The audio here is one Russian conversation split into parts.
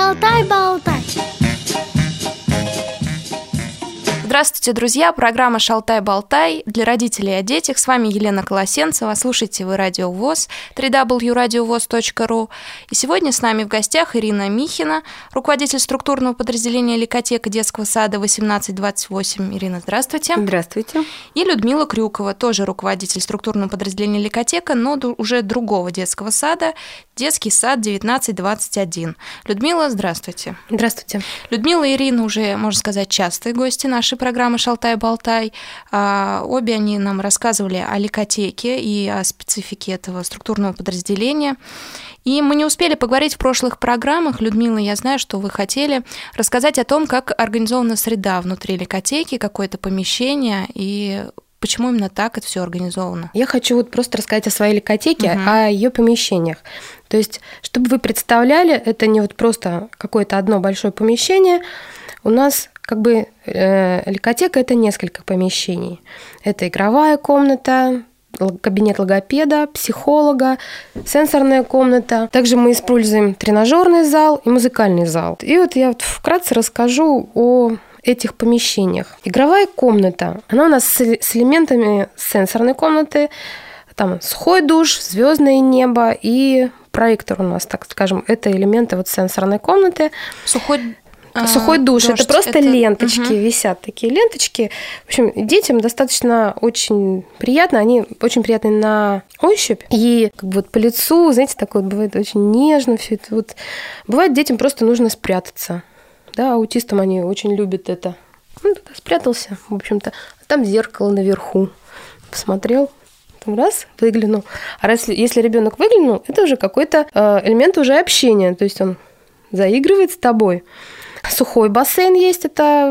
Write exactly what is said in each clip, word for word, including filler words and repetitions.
Шалтай-болтай. Здравствуйте, друзья! Программа «Шалтай-болтай» для родителей о детях. С вами Елена Колосенцева. Слушайте вы Радио ВОС, дабл ю дабл ю дабл ю точка радиовос точка ру. И сегодня с нами в гостях Ирина Михина, руководитель структурного подразделения Ликотека детского сада восемнадцать двадцать восемь. Ирина, здравствуйте. Здравствуйте. И Людмила Крюкова, тоже руководитель структурного подразделения Ликотека, но уже другого детского сада, детский сад девятнадцать двадцать один. Людмила, здравствуйте. Здравствуйте. Людмила и Ирина уже, можно сказать, частые гости нашей программы «Шалтай-болтай». Обе они нам рассказывали о Ликотеке и о специфике этого структурного подразделения. И мы не успели поговорить в прошлых программах. Людмила, я знаю, что вы хотели рассказать о том, как организована среда внутри Ликотеки, какое-то помещение и почему именно так это все организовано. Я хочу вот просто рассказать о своей Ликотеке, угу. о ее помещениях. То есть, чтобы вы представляли, это не вот просто какое-то одно большое помещение. У нас как бы э, Ликотека – это несколько помещений. Это игровая комната, кабинет логопеда, психолога, сенсорная комната. Также мы используем тренажерный зал и музыкальный зал. И вот я вот вкратце расскажу о этих помещениях. Игровая комната, она у нас с, с элементами сенсорной комнаты. Там сухой душ, звездное небо и проектор у нас, так скажем, это элементы вот сенсорной комнаты. Сухой Сухой душ, Дождь, это просто это... ленточки, угу. висят такие ленточки. В общем, детям достаточно очень приятно, они очень приятны на ощупь. И как бы вот по лицу, знаете, такое вот бывает очень нежно все это. Вот. Бывает, детям просто нужно спрятаться. Да, аутистам они очень любят это. Ну, туда спрятался, в общем-то. Там зеркало наверху. Посмотрел, там раз, выглянул. А раз, если ребенок выглянул, это уже какой-то э, элемент уже общения. То есть он заигрывает с тобой. Сухой бассейн есть,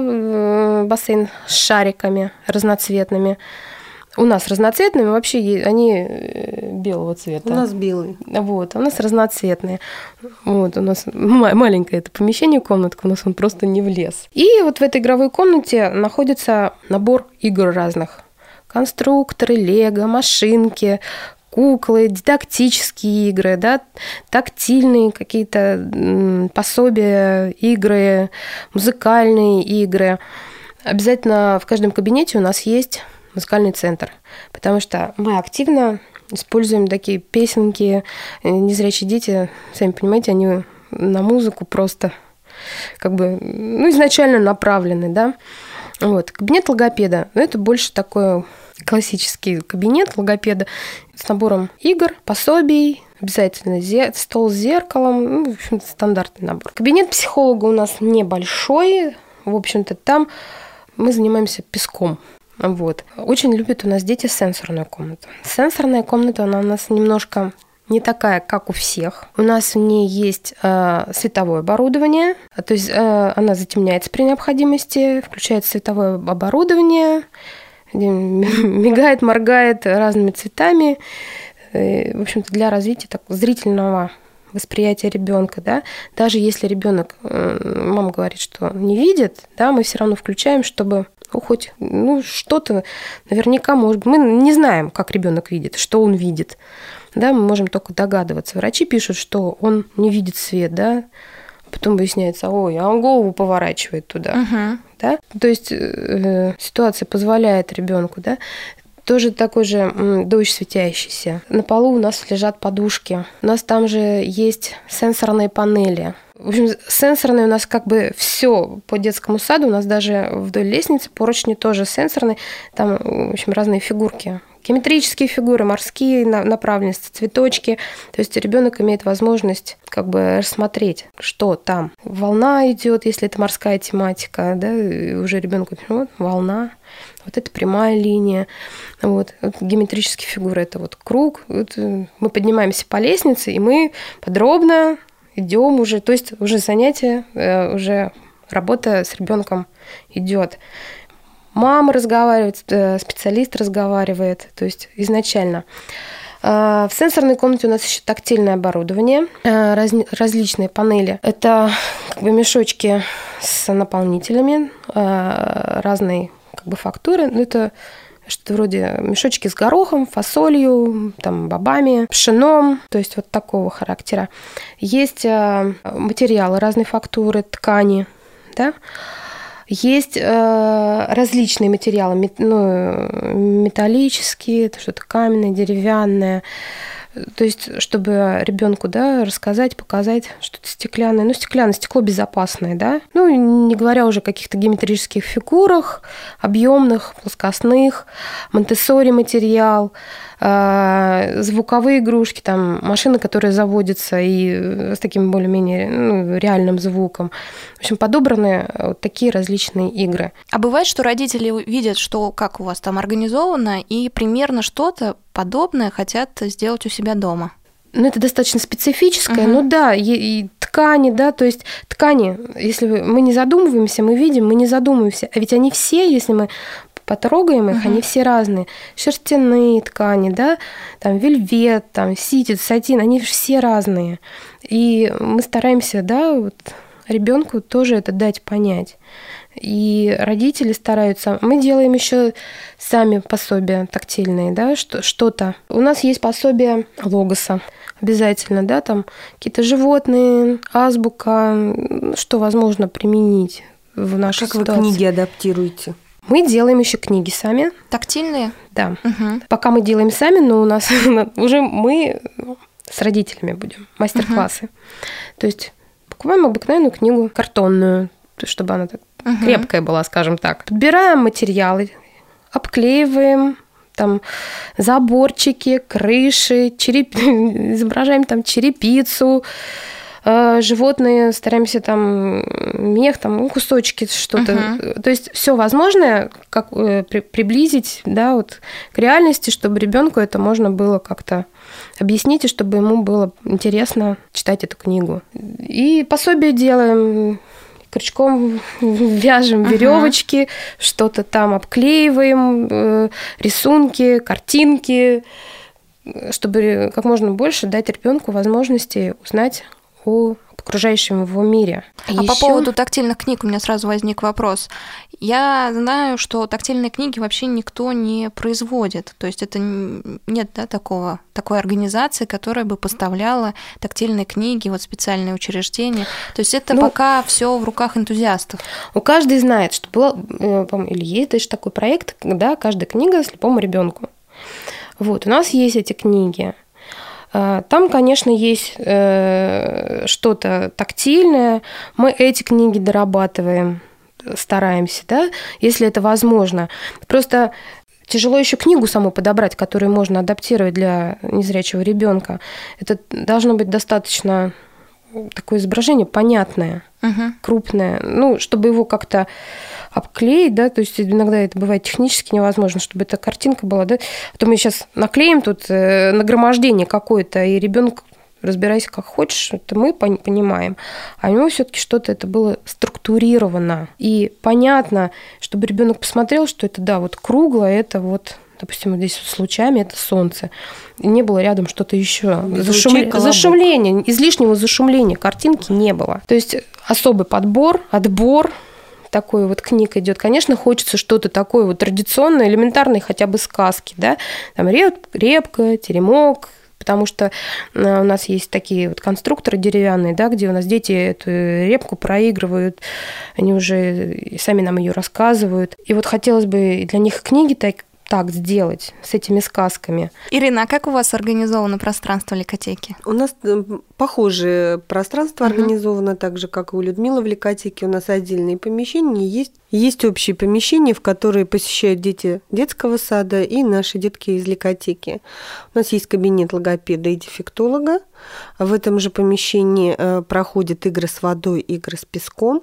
это бассейн с шариками разноцветными. У нас разноцветными, вообще они белого цвета. У нас белый. Вот, а у нас разноцветные. Вот, у нас маленькое это помещение, комнатка, у нас он просто не влез. И вот в этой игровой комнате находится набор игр разных. Конструкторы, лего, машинки, куклы, дидактические игры, да, тактильные какие-то пособия, игры, музыкальные игры. Обязательно в каждом кабинете у нас есть музыкальный центр, потому что мы активно используем такие песенки. Незрячие дети, сами понимаете, они на музыку просто как бы, ну, изначально направлены, да. Вот. Кабинет логопеда, ну, это больше такое классический кабинет логопеда с набором игр, пособий, обязательно зе- стол с зеркалом, ну, в общем-то, стандартный набор. Кабинет психолога у нас небольшой, в общем-то, там мы занимаемся песком. Вот. Очень любят у нас дети сенсорную комнату. Сенсорная комната, она у нас немножко не такая, как у всех. У нас в ней есть э, световое оборудование, то есть э, она затемняется при необходимости, включается световое оборудование, мигает, моргает разными цветами, в общем-то, для развития так, зрительного восприятия ребенка, да, даже если ребенок, мама говорит, что не видит, да, мы все равно включаем, чтобы ну, хоть ну, что-то, наверняка, может быть, мы не знаем, как ребенок видит, что он видит, да, мы можем только догадываться. Врачи пишут, что он не видит свет, да, потом выясняется, ой, а он голову поворачивает туда. Uh-huh. Да? То есть э, ситуация позволяет ребенку, да, тоже такой же м, дождь светящийся. На полу у нас лежат подушки. У нас там же есть сенсорные панели. В общем, сенсорные у нас как бы все по детскому саду. У нас даже вдоль лестницы поручни тоже сенсорные. Там, в общем, разные фигурки. Геометрические фигуры, морские направленности, цветочки. То есть ребенок имеет возможность как бы рассмотреть, что там. Волна идет, если это морская тематика, да, и уже ребенку вот волна, вот это прямая линия. Вот. Вот геометрические фигуры это вот круг. Вот мы поднимаемся по лестнице, и мы подробно идем уже, то есть уже занятие, уже работа с ребенком идет. Мама разговаривает, специалист разговаривает, то есть изначально. В сенсорной комнате у нас еще тактильное оборудование, раз, различные панели. Это как бы мешочки с наполнительными разной как бы фактуры. Это что-то вроде мешочки с горохом, фасолью, там, бобами, пшеном, то есть вот такого характера. Есть материалы разной фактуры, ткани, да. Есть э, различные материалы, ну, металлические, что-то каменное, деревянное. То есть, чтобы ребенку, да, рассказать, показать что-то стеклянное. Ну, стеклянное, стекло безопасное, да. Ну, не говоря уже о каких-то геометрических фигурах, объемных, плоскостных, монтессори материал, э, звуковые игрушки, там, машины, которые заводятся и с таким более-менее ну, реальным звуком. В общем, подобраны вот такие различные игры. А бывает, что родители видят, что как у вас там организовано, и примерно что-то подобное хотят сделать у себя дома? Ну, это достаточно специфическое, uh-huh. ну да, и, и ткани, да, то есть ткани, если мы не задумываемся, мы видим, мы не задумываемся, а ведь они все, если мы потрогаем их, uh-huh. они все разные. Шерстяные ткани, да, там вельвет, там ситец, сатин, они все разные. И мы стараемся, да, вот ребенку тоже это дать понять. И родители стараются. Мы делаем еще сами пособия тактильные, да, что, что-то. У нас есть пособие логоса обязательно, да, там какие-то животные, азбука, что возможно применить в нашей как ситуации. Как вы книги адаптируете? Мы делаем еще книги сами. Тактильные? Да. Угу. Пока мы делаем сами, но у нас уже мы с родителями будем, мастер-классы. Угу. То есть покупаем обыкновенную книгу, картонную, чтобы она так угу. крепкая была, скажем так. Подбираем материалы, обклеиваем там заборчики, крыши, череп... изображаем там черепицу, животные, стараемся там мех, там кусочки, что-то. Uh-huh. То есть все возможное как, при, приблизить, да, вот, к реальности, чтобы ребенку это можно было как-то объяснить, и чтобы ему было интересно читать эту книгу. И пособие делаем, крючком вяжем веревочки, uh-huh. что-то там обклеиваем, рисунки, картинки, чтобы как можно больше дать ребенку возможности узнать о окружающем его мире. А Ещё... по поводу тактильных книг у меня сразу возник вопрос. Я знаю, что тактильные книги вообще никто не производит. То есть это нет, да, такого, такой организации, которая бы поставляла тактильные книги, вот специальные учреждения. То есть это ну, пока все в руках энтузиастов. У каждый знает, что было, или есть даже такой проект, когда каждая книга слепому ребенку. Вот, у нас есть эти книги. Там, конечно, есть э, что-то тактильное. Мы эти книги дорабатываем, стараемся, да, если это возможно. Просто тяжело еще книгу саму подобрать, которую можно адаптировать для незрячего ребенка. Это должно быть достаточно такое изображение понятное, uh-huh. крупное, ну, чтобы его как-то обклеить, да, то есть иногда это бывает технически невозможно, чтобы эта картинка была, да, а то мы сейчас наклеим тут нагромождение какое-то, и ребенок, разбирайся как хочешь, это мы понимаем, а у него все-таки что-то это было структурировано и понятно, чтобы ребенок посмотрел, что это, да, вот круглое, это вот, допустим, здесь вот с лучами это солнце. И не было рядом что-то еще. Зашум... Зашумление, излишнего зашумления картинки не было. То есть особый подбор, отбор такой вот книг идет. Конечно, хочется что-то такое вот традиционное, элементарное, хотя бы сказки, да, там реп... репка, теремок, потому что у нас есть такие вот конструкторы деревянные, да, где у нас дети эту репку проигрывают, они уже сами нам ее рассказывают. И вот хотелось бы для них книги так так сделать с этими сказками. Ирина, а как у вас организовано пространство Ликотеки? У нас похожее пространство uh-huh. организовано, так же, как и у Людмилы в Ликотеке. У нас отдельные помещения, есть, есть общие помещения, в которые посещают дети детского сада и наши детки из Ликотеки. У нас есть кабинет логопеда и дефектолога. В этом же помещении проходят игры с водой, игры с песком.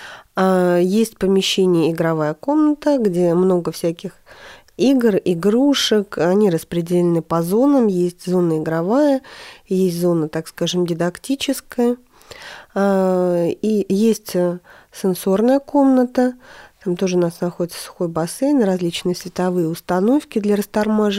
Есть помещение игровая комната, где много всяких игр, игрушек, они распределены по зонам, есть зона игровая, есть зона, так скажем, дидактическая, и есть сенсорная комната, там тоже у нас находится сухой бассейн, различные световые установки для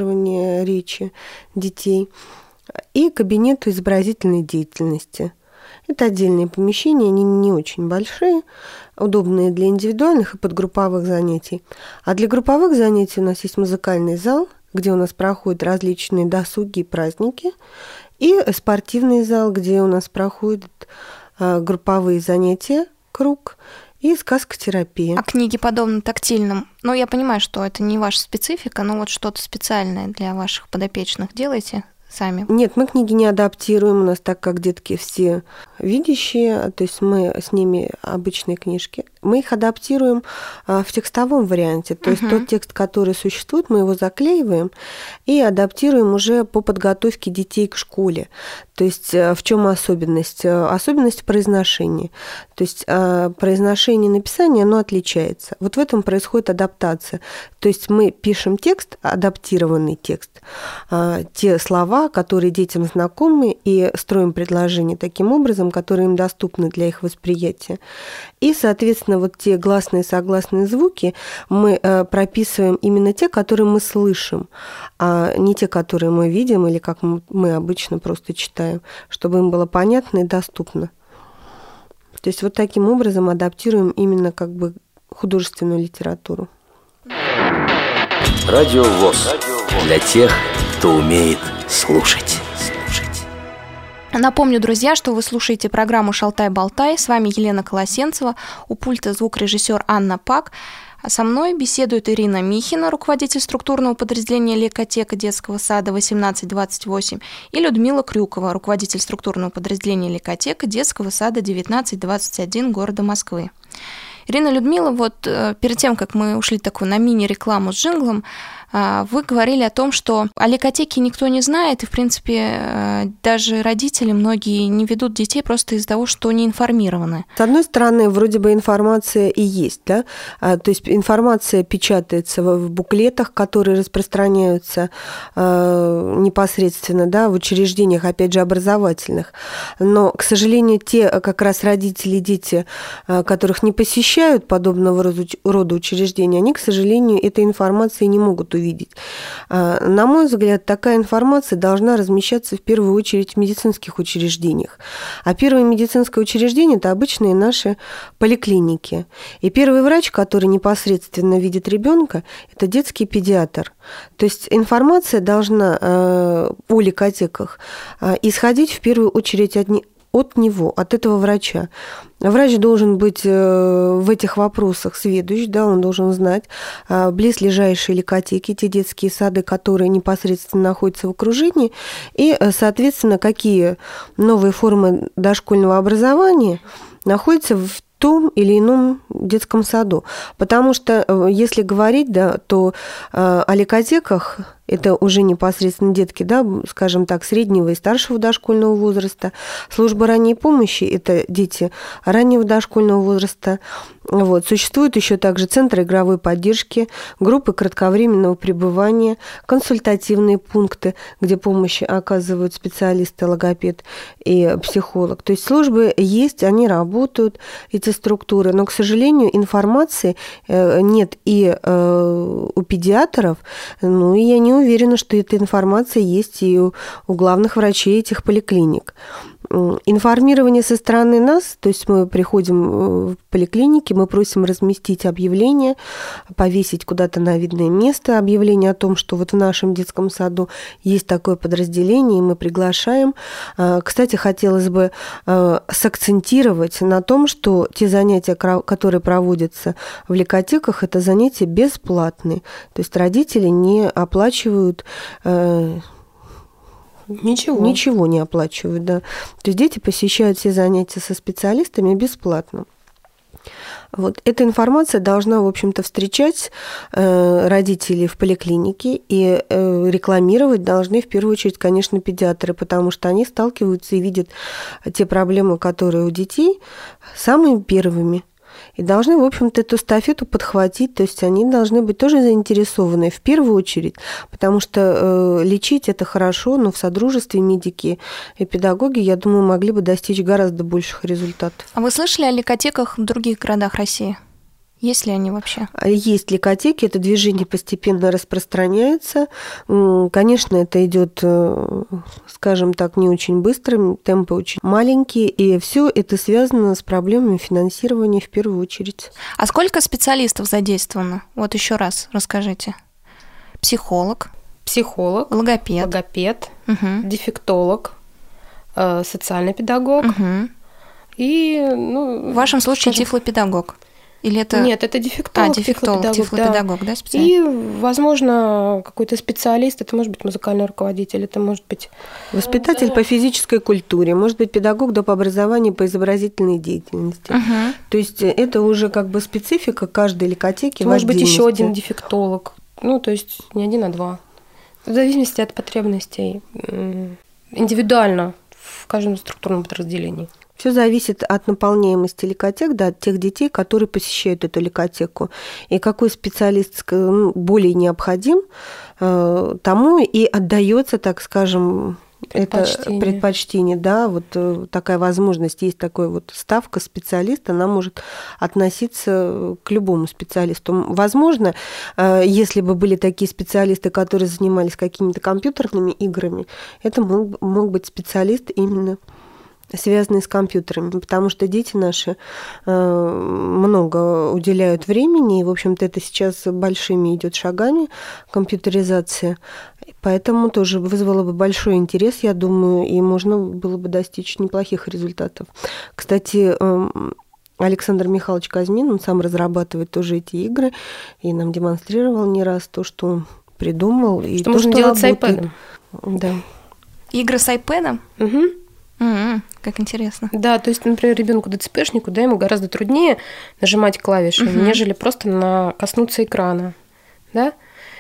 растормаживания речи детей, и кабинет изобразительной деятельности. Это отдельные помещения, они не очень большие, удобные для индивидуальных и подгрупповых занятий. А для групповых занятий у нас есть музыкальный зал, где у нас проходят различные досуги и праздники, и спортивный зал, где у нас проходят групповые занятия, круг, и сказкотерапия. А книги подобны тактильным? Ну, я понимаю, что это не ваша специфика, но вот что-то специальное для ваших подопечных делаете сами? Нет, мы книги не адаптируем, у нас так как детки все видящие, то есть мы с ними обычные книжки. Мы их адаптируем в текстовом варианте, то uh-huh. есть тот текст, который существует, мы его заклеиваем и адаптируем уже по подготовке детей к школе. То есть в чем особенность? Особенность произношения. То есть произношение и написание, оно отличается. Вот в этом происходит адаптация. То есть мы пишем текст, адаптированный текст, те слова, которые детям знакомы, и строим предложения таким образом, которые им доступны для их восприятия. И, соответственно, вот те гласные и согласные звуки мы прописываем именно те, которые мы слышим, а не те, которые мы видим или как мы обычно просто читаем, чтобы им было понятно и доступно. То есть вот таким образом адаптируем именно как бы художественную литературу. Радио ВОС. Для тех, кто умеет слушать. Напомню, друзья, что вы слушаете программу «Шалтай-болтай». С вами Елена Колосенцева, у пульта звукорежиссер Анна Пак. А со мной беседует Ирина Михина, руководитель структурного подразделения Лейкотека детского сада восемнадцать двадцать восемь, и Людмила Крюкова, руководитель структурного подразделения Лейкотека детского сада девятнадцать двадцать один города Москвы. Ирина, Людмила, вот перед тем, как мы ушли такую на мини-рекламу с джинглом, вы говорили о том, что о лейкотеке никто не знает, и, в принципе, даже родители многие не ведут детей просто из-за того, что не информированы. С одной стороны, вроде бы информация и есть, да, то есть информация печатается в буклетах, которые распространяются непосредственно, да, в учреждениях, опять же, образовательных. Но, к сожалению, те как раз родители и дети, которых не посещают подобного рода учреждения, они, к сожалению, этой информации не могут увидеть. Видеть. На мой взгляд, такая информация должна размещаться в первую очередь в медицинских учреждениях. А первое медицинское учреждение – это обычные наши поликлиники. И первый врач, который непосредственно видит ребенка, это детский педиатр. То есть информация должна о лейкотеках исходить в первую очередь от от него, от этого врача. Врач должен быть в этих вопросах сведущ, да, он должен знать близлежащие лейкотеки, те детские сады, которые непосредственно находятся в окружении, и, соответственно, какие новые формы дошкольного образования находятся в том или ином детском саду. Потому что, если говорить, да, то о лейкотеках это уже непосредственно детки, да, скажем так, среднего и старшего дошкольного возраста. Служба ранней помощи – это дети раннего дошкольного возраста. Вот. Существуют еще также центры игровой поддержки, группы кратковременного пребывания, консультативные пункты, где помощь оказывают специалисты, логопед и психолог. То есть службы есть, они работают, эти структуры, но, к сожалению, информации нет и у педиатров, ну и я не уверена, что эта информация есть и у, у главных врачей этих поликлиник. Информирование со стороны нас, то есть мы приходим в поликлиники, мы просим разместить объявление, повесить куда-то на видное место объявление о том, что вот в нашем детском саду есть такое подразделение, и мы приглашаем. Кстати, хотелось бы сакцентировать на том, что те занятия, которые проводятся в лейкотеках, это занятия бесплатные. То есть родители не оплачивают... Ничего. Ничего не оплачивают, да. То есть дети посещают все занятия со специалистами бесплатно. Вот. Эта информация должна, в общем-то, встречать э, родителей в поликлинике, и э, рекламировать должны в первую очередь, конечно, педиатры, потому что они сталкиваются и видят те проблемы, которые у детей, самыми первыми. И должны, в общем-то, эту эстафету подхватить, то есть они должны быть тоже заинтересованы в первую очередь, потому что э, лечить это хорошо, но в содружестве медики и педагоги, я думаю, могли бы достичь гораздо больших результатов. А вы слышали о лейкотеках в других городах России? Есть ли они вообще? Есть ликотеки, это движение постепенно распространяется. Конечно, это идет, скажем так, не очень быстро, темпы очень маленькие, и все это связано с проблемами финансирования в первую очередь. А сколько специалистов задействовано? Вот еще раз расскажите. Психолог. Психолог. Логопед. Логопед. Угу. Дефектолог. Социальный педагог. Угу. И, ну, в вашем случае скажем... тифлопедагог. Или это... Нет, это дефектолог, а, дефектолог тифлопедагог, тифлопедагог, да, да специалист? И, возможно, какой-то специалист, это может быть музыкальный руководитель, это может быть... Воспитатель по физической культуре, может быть, педагог доп. Образования по изобразительной деятельности. Угу. То есть это уже как бы специфика каждой ликотеки. Может быть, еще один дефектолог. Ну, то есть не один, а два. В зависимости от потребностей. Индивидуально в каждом структурном подразделении. Все зависит от наполняемости ликотек, да, от тех детей, которые посещают эту ликотеку. И какой специалист более необходим, тому и отдается, так скажем, предпочтение. это предпочтение, да, вот такая возможность, есть такая вот ставка специалиста, она может относиться к любому специалисту. Возможно, если бы были такие специалисты, которые занимались какими-то компьютерными играми, это мог, мог быть специалист именно связанные с компьютерами, потому что дети наши много уделяют времени, и, в общем-то, это сейчас большими идет шагами компьютеризация, поэтому тоже вызвало бы большой интерес, я думаю, и можно было бы достичь неплохих результатов. Кстати, Александр Михайлович Казьмин, он сам разрабатывает тоже эти игры, и нам демонстрировал не раз то, что он придумал. И что то, можно что делать работает. с iPad. Да. Игры с iPad? Угу. Mm-hmm. Как интересно. Да, то есть, например, ребенку ДЦПшнику, да, ему гораздо труднее нажимать клавиши, uh-huh. нежели просто на коснуться экрана, да.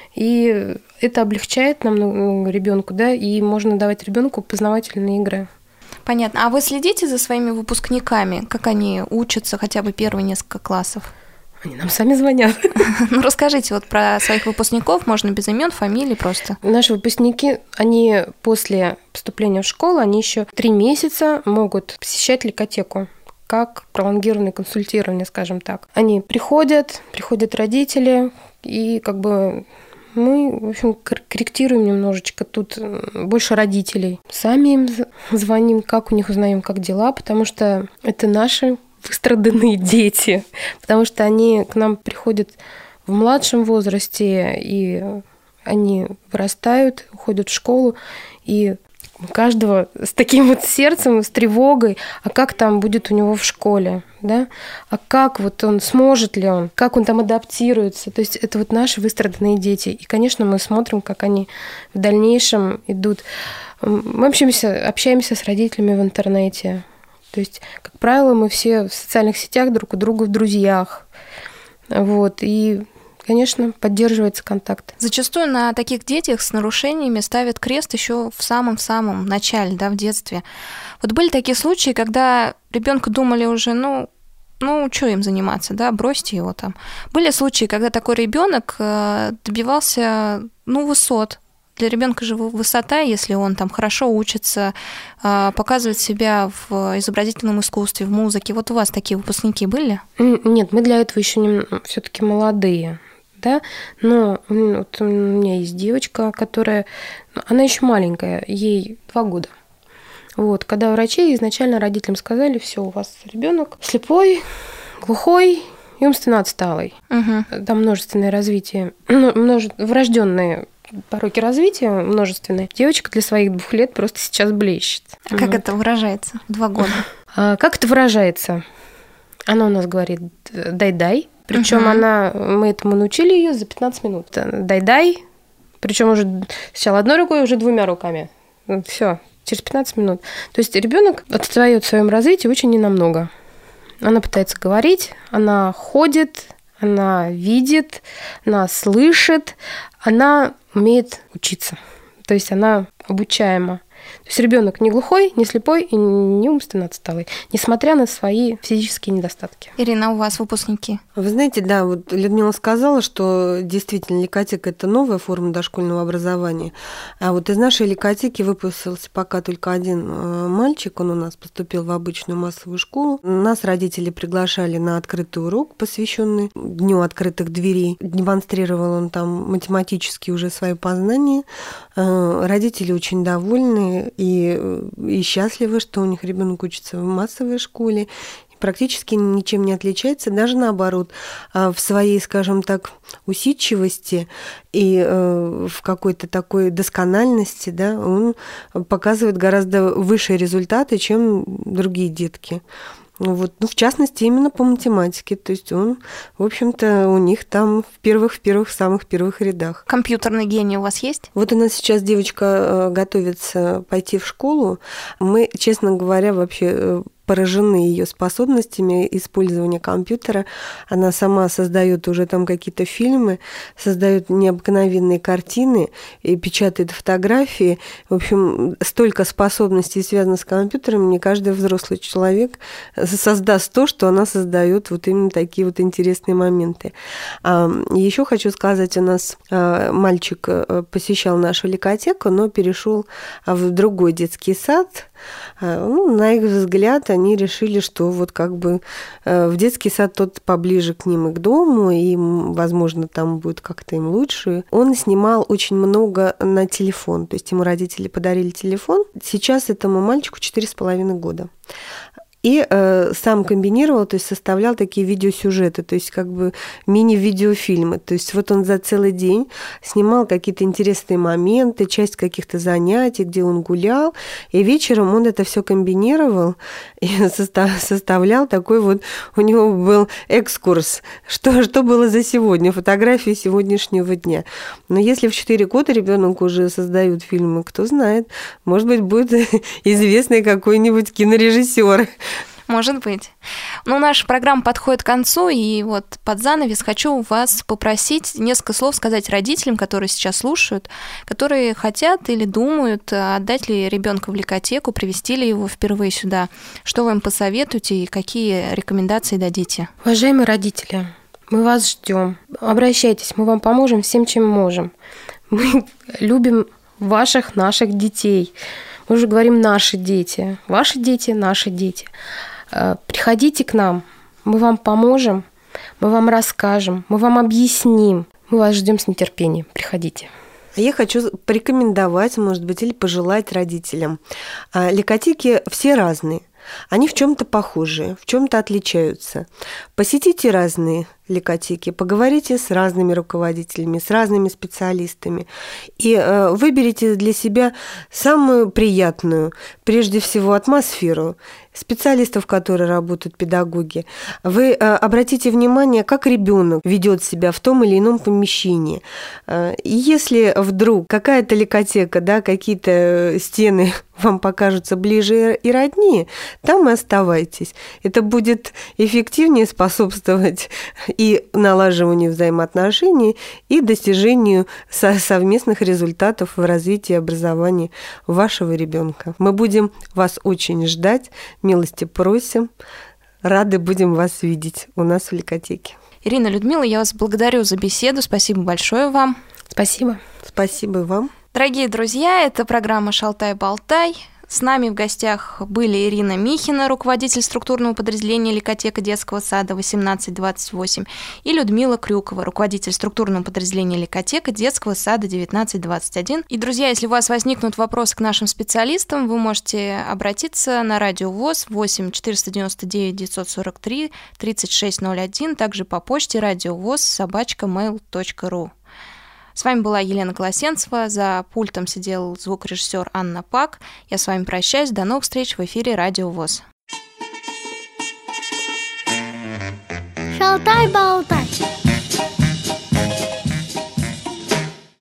И это облегчает нам ребенку, да, и можно давать ребенку познавательные игры. Понятно. А вы следите за своими выпускниками, как они учатся, хотя бы первые несколько классов? Они нам сами звонят. Ну, расскажите вот про своих выпускников, можно без имен, фамилий просто. Наши выпускники, они после поступления в школу, они еще три месяца могут посещать ликотеку, как пролонгированное консультирование, скажем так. Они приходят, приходят родители, и как бы мы, в общем, корректируем немножечко тут больше родителей. Сами им звоним, как у них узнаем, как дела, потому что это наши выстраданные дети, потому что они к нам приходят в младшем возрасте, и они вырастают, уходят в школу, и у каждого с таким вот сердцем, с тревогой, а как там будет у него в школе, да, а как вот он, сможет ли он, как он там адаптируется, то есть это вот наши выстраданные дети, и, конечно, мы смотрим, как они в дальнейшем идут. Мы общаемся, общаемся с родителями в интернете. То есть, как правило, мы все в социальных сетях друг у друга в друзьях. Вот. И, конечно, поддерживается контакт. Зачастую на таких детях с нарушениями ставят крест еще в самом-самом начале, да, в детстве. Вот были такие случаи, когда ребенка думали уже, ну, ну, что им заниматься, да, бросьте его там. Были случаи, когда такой ребенок добивался, ну, высот. Для ребенка же высота, если он там хорошо учится, показывает себя в изобразительном искусстве, в музыке. Вот у вас такие выпускники были? Нет, мы для этого еще не все-таки молодые, да. Но вот у меня есть девочка, которая, она еще маленькая, ей два года. Вот, когда врачи изначально родителям сказали, все, у вас ребенок слепой, глухой и умственно отсталый. Угу. Там множественное развитие, множе... врожденные пороки развития множественные. Девочка для своих двух лет просто сейчас блещет. А как это выражается? Два года. А как это выражается? Она у нас говорит дай-дай. Причем uh-huh. она, мы этому научили ее за пятнадцать минут. Дай-дай. Причем уже сначала одной рукой, уже двумя руками. Все, через пятнадцать минут. То есть ребенок отстает в своем развитии очень ненамного. Она пытается говорить, она ходит, она видит, она слышит, она умеет учиться. То есть она обучаема. То есть ребенок не глухой, не слепой и не умственно отсталый, несмотря на свои физические недостатки. Ирина, у вас выпускники? Вы знаете, да, вот Людмила сказала, что действительно ликотека – это новая форма дошкольного образования. А вот из нашей ликотеки выпустился пока только один мальчик, он у нас поступил в обычную массовую школу. Нас родители приглашали на открытый урок, посвященный Дню открытых дверей. Демонстрировал он там математически уже свои познания. Родители очень довольны и, и счастливы, что у них ребенок учится в массовой школе. Практически ничем не отличается, даже наоборот, в своей, скажем так, усидчивости и в какой-то такой доскональности, да, он показывает гораздо высшие результаты, чем другие детки. Вот. Ну, в частности, именно по математике. То есть он, в общем-то, у них там в первых, в первых, в самых первых рядах. Компьютерный гений у вас есть? Вот у нас сейчас девочка готовится пойти в школу. Мы, честно говоря, вообще поражены ее способностями использования компьютера. Она сама создает уже там какие-то фильмы, создает необыкновенные картины и печатает фотографии. В общем, столько способностей связано с компьютером, не каждый взрослый человек создаст то, что она создает, вот именно такие вот интересные моменты. Еще хочу сказать, у нас мальчик посещал нашу ликотеку, но перешел в другой детский сад. Ну, на их взгляд, они решили, что вот как бы в детский сад тот поближе к ним и к дому, и, возможно, там будет как-то им лучше. Он снимал очень много на телефон, то есть ему родители подарили телефон. Сейчас этому мальчику четыре с половиной года. И э, сам комбинировал, то есть составлял такие видеосюжеты, то есть как бы мини-видеофильмы. То есть вот он за целый день снимал какие-то интересные моменты, часть каких-то занятий, где он гулял, и вечером он это все комбинировал и состав, составлял такой вот, у него был экскурс, что, что было за сегодня, фотографии сегодняшнего дня. Но если в четыре года ребенок уже создает фильмы, кто знает, может быть, будет известный какой-нибудь кинорежиссер. Может быть. Ну, наша программа подходит к концу, и вот под занавес хочу вас попросить несколько слов сказать родителям, которые сейчас слушают, которые хотят или думают, отдать ли ребенка в ликотеку, привести ли его впервые сюда. Что вы им посоветуете и какие рекомендации дадите? Уважаемые родители, мы вас ждем. Обращайтесь, мы вам поможем всем, чем можем. Мы любим ваших, наших детей. Мы уже говорим «наши дети». Ваши дети, наши дети. Приходите к нам, мы вам поможем, мы вам расскажем, мы вам объясним. Мы вас ждем с нетерпением. Приходите. Я хочу порекомендовать, может быть, или пожелать родителям. Ликотеки все разные. Они в чем-то похожи, в чем-то отличаются. Посетите разные ликотеки, поговорите с разными руководителями, с разными специалистами и э, выберите для себя самую приятную, прежде всего, атмосферу, специалистов, которые работают, педагоги. Вы э, обратите внимание, как ребенок ведет себя в том или ином помещении. Э, и если вдруг какая-то ликотека, да, какие-то стены вам покажутся ближе и роднее, там и оставайтесь. Это будет эффективнее способствовать и налаживанию взаимоотношений, и достижению со- совместных результатов в развитии образования вашего ребенка. Мы будем вас очень ждать, милости просим, рады будем вас видеть у нас в ликотеке. Ирина, Людмила, я вас благодарю за беседу, спасибо большое вам. Спасибо. Спасибо вам. Дорогие друзья, это программа «Шалтай-болтай». С нами в гостях были Ирина Михина, руководитель структурного подразделения ликотека детского сада восемнадцать двадцать восемь, и Людмила Крюкова, руководитель структурного подразделения ликотека детского сада девятнадцать двадцать один. И, друзья, если у вас возникнут вопросы к нашим специалистам, вы можете обратиться на радио ВОС восемь четыреста девяносто девять девятьсот сорок три тридцать шесть ноль один, также по почте радиовоз собака мейл точка ру. С вами была Елена Колосенцева, за пультом сидел звукорежиссер Анна Пак. Я с вами прощаюсь, до новых встреч в эфире Радио ВОС. Шалтай-болтай.